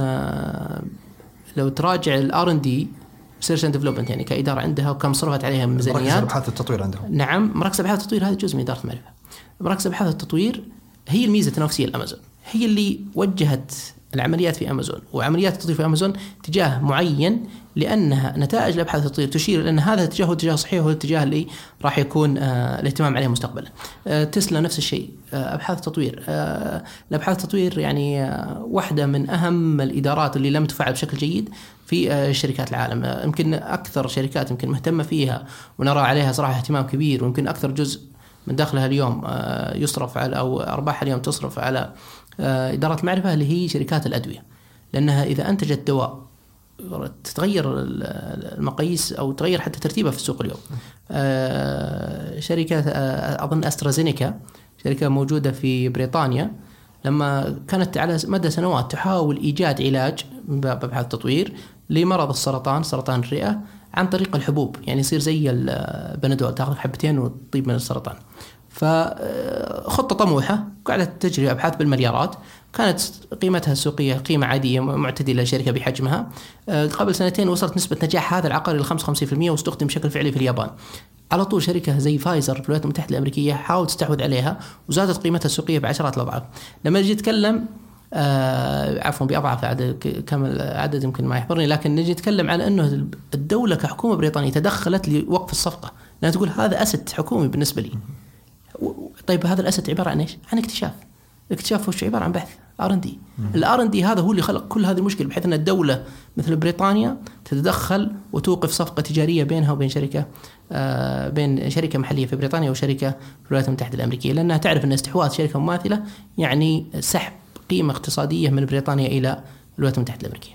لو تراجع R&D Research and Development يعني كإدارة عندها وكم صرفت عليها من ميزانيات. مراكز أبحاث التطوير عندهم. نعم، مراكز أبحاث التطوير هذا جزء من إدارة المعرفة. مراكز أبحاث التطوير هي الميزة التنافسية لأمازون، هي اللي وجهت العمليات في أمازون وعمليات التطوير في أمازون تجاه معين، لأنها نتائج الأبحاث التطوير تشير لأن هذا الاتجاه هو الاتجاه الصحيح، هو الاتجاه اللي راح يكون الاهتمام عليه مستقبلا. تسلا نفس الشيء، أبحاث التطوير. الأبحاث التطوير يعني واحدة من أهم الإدارات اللي لم تفعل بشكل جيد في شركات العالم. يمكن أكثر شركات يمكن مهتمة فيها ونرى عليها صراحة اهتمام كبير، ويمكن أكثر جزء من داخلها اليوم يصرف على أو أرباح اليوم تصرف على إدارة المعرفة اللي هي شركات الأدوية، لأنها إذا أنتجت دواء تتغير المقاييس أو تغير حتى ترتيبها في السوق اليوم. شركة أظن أسترازينيكا، شركة موجودة في بريطانيا، لما كانت على مدى سنوات تحاول إيجاد علاج من باب أبحاث التطوير لمرض السرطان، سرطان الرئة، عن طريق الحبوب، يعني يصير زي البنادول، تأخذ حبتين وتطيب من السرطان. فخطة طموحة قاعدة تجري أبحاث بالمليارات، كانت قيمتها السوقية قيمة عادية معتدلة لشركة بحجمها. قبل سنتين وصلت نسبة نجاح هذا العقار إلى 55% واستخدم بشكل فعلي في اليابان. على طول شركة زي فايزر في الولايات المتحدة الأمريكية حاولت تستحوذ عليها وزادت قيمتها السوقية بعشرات الأضعاف. لما نجي نتكلم عفوا بأضعاف كامل عدد يمكن ما يحضرني، لكن نجي نتكلم عن أنه الدولة كحكومة بريطانية تدخلت لوقف الصفقة، لأنها تقول هذا أسد حكومي بالنسبة لي. طيب هذا الأسد عبارة عن إيش؟ عن اكتشاف وش عبارة عن بحث R&D. R&D هذا هو اللي خلق كل هذه المشكلة، بحيث أن الدولة مثل بريطانيا تتدخل وتوقف صفقة تجارية بينها وبين بين شركة محلية في بريطانيا وشركة في الولايات المتحدة الأمريكية، لأنها تعرف أن استحواذ شركة مماثلة يعني سحب قيمة اقتصادية من بريطانيا إلى الولايات المتحدة الأمريكية.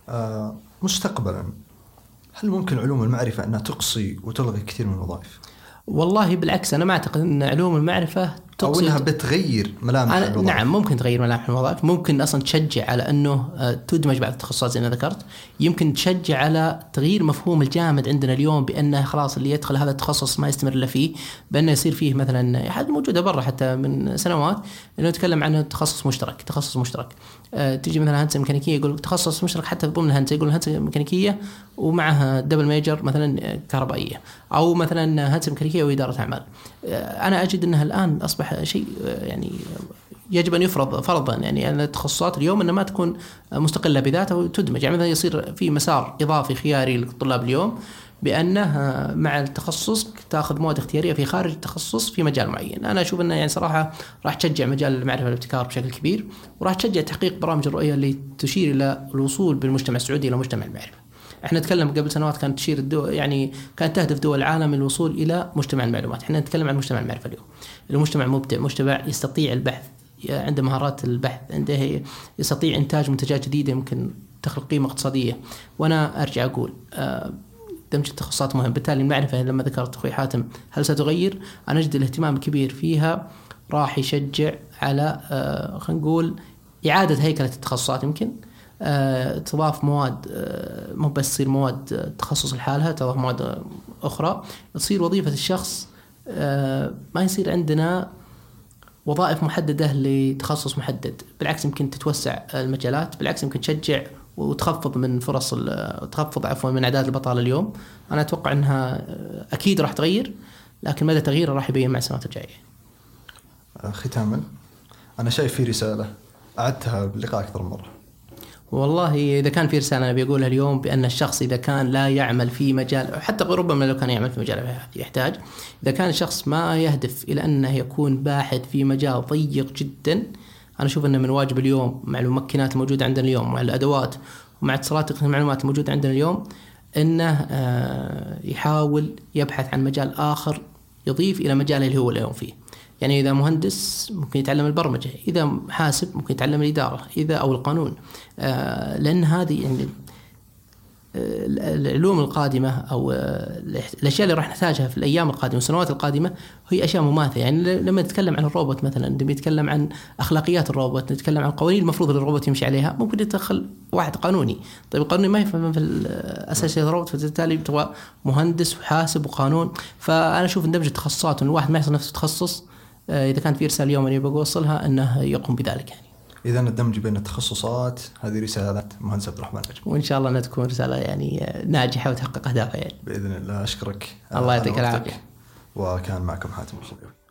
مستقبلا هل ممكن علوم المعرفة أنها تقصي وتلغي كثير من الوظائف؟ والله بالعكس، أنا ما أعتقد أن علوم المعرفة أو أنها بتغير ملامح الوظائف. نعم ممكن تغير ملامح الوظائف، ممكن أصلا تشجع على أنه تدمج بعض التخصصات زي ما ذكرت، يمكن تشجع على تغيير مفهوم الجامد عندنا اليوم بأنه خلاص اللي يدخل هذا التخصص ما يستمر إلا فيه، بأنه يصير فيه مثلا حد موجودة برا حتى من سنوات إنه يتكلم عن تخصص مشترك. تيجي مثلا هندسة ميكانيكية يقول تخصص مشترك حتى ضمن الهندسة، يقول هندسة ميكانيكية ومعها دبل ميجر مثلا كهربائية، أو مثلا هندسة ميكانيكية وإدارة أعمال. أنا أجد أنها الآن أصبح شيء يعني يجب أن يفرض فرضا، يعني أن التخصصات اليوم أنها ما تكون مستقلة بذاتها وتدمج، يعني مثلا يصير في مسار إضافي خياري للطلاب اليوم بأنه مع التخصص تأخذ مواد اختيارية في خارج التخصص في مجال معين. أنا أشوف أنه يعني صراحة راح تشجع مجال المعرفة والابتكار بشكل كبير، وراح تشجع تحقيق برامج الرؤية اللي تشير إلى الوصول بالمجتمع السعودي إلى مجتمع المعرفة. احنا نتكلم قبل سنوات كانت تشير يعني كانت تهدف دول العالم الوصول إلى مجتمع المعلومات، احنا نتكلم عن مجتمع المعرفة اليوم. المجتمع مبدع، مجتمع يستطيع البحث، عنده مهارات البحث، عنده يستطيع إنتاج منتجات جديدة يمكن تخلق قيمة اقتصادية. وأنا أرجع أقول دمج التخصصات مهم، بالتالي المعرفة لما ذكرت أخوي حاتم هل ستغير، أنا أجد الاهتمام الكبير فيها راح يشجع على خلينا نقول إعادة هيكلة التخصصات، يمكن تضاف مواد، مو بس تصير مواد تخصص لحالها، تضاف مواد أخرى تصير وظيفة الشخص، ما يصير عندنا وظائف محددة لتخصص محدد، بالعكس يمكن تتوسع المجالات، بالعكس يمكن تشجع وتخفض من فرص من أعداد البطالة اليوم. أنا أتوقع أنها أكيد راح تغير، لكن مدى تغييرها راح يبين مع السنوات الجاية. ختاما أنا شايف في رسالة أعدتها باللقاء أكثر من مرة. والله إذا كان في رسالة أنا بيقولها اليوم، بأن الشخص إذا كان لا يعمل في مجال، حتى ربما لو كان يعمل في مجال يحتاج، إذا كان الشخص ما يهدف إلى أنه يكون باحث في مجال ضيق جدا، أنا أشوف أنه من واجب اليوم مع الممكنات الموجودة عندنا اليوم، مع الأدوات ومع اتصالات تقنية المعلومات الموجودة عندنا اليوم، أنه يحاول يبحث عن مجال آخر يضيف إلى مجاله اللي هو اليوم فيه. يعني إذا مهندس ممكن يتعلم البرمجة، إذا حاسب ممكن يتعلم الإدارة، إذا أو القانون، لأن هذه يعني العلوم القادمة أو الأشياء اللي راح نحتاجها في الأيام القادمة والسنوات القادمة هي أشياء مماثلة. يعني لما نتكلم عن الروبوت مثلا، لما نتكلم عن أخلاقيات الروبوت، نتكلم عن القوانين المفروض الروبوت يمشي عليها، ممكن يدخل واحد قانوني. طيب القانوني ما يفهم في الأساسيات الروبوت، فبالتالي تبغى مهندس وحاسب وقانون. فأنا أشوف إن دمج التخصصات وإن الواحد ما يحصل نفس التخصص، إذا كانت في رسالة اليوم أنا بوصلها أنه يقوم بذلك. يعني إذا الدمج بين التخصصات هذه رسالة مهندس عبد الرحمن العجمي، وإن شاء الله أنها تكون رسالة يعني ناجحة وتحقق أهدافها يعني. بإذن الله. أشكرك، الله يعطيك العافية. وكان معكم حاتم الخضيري.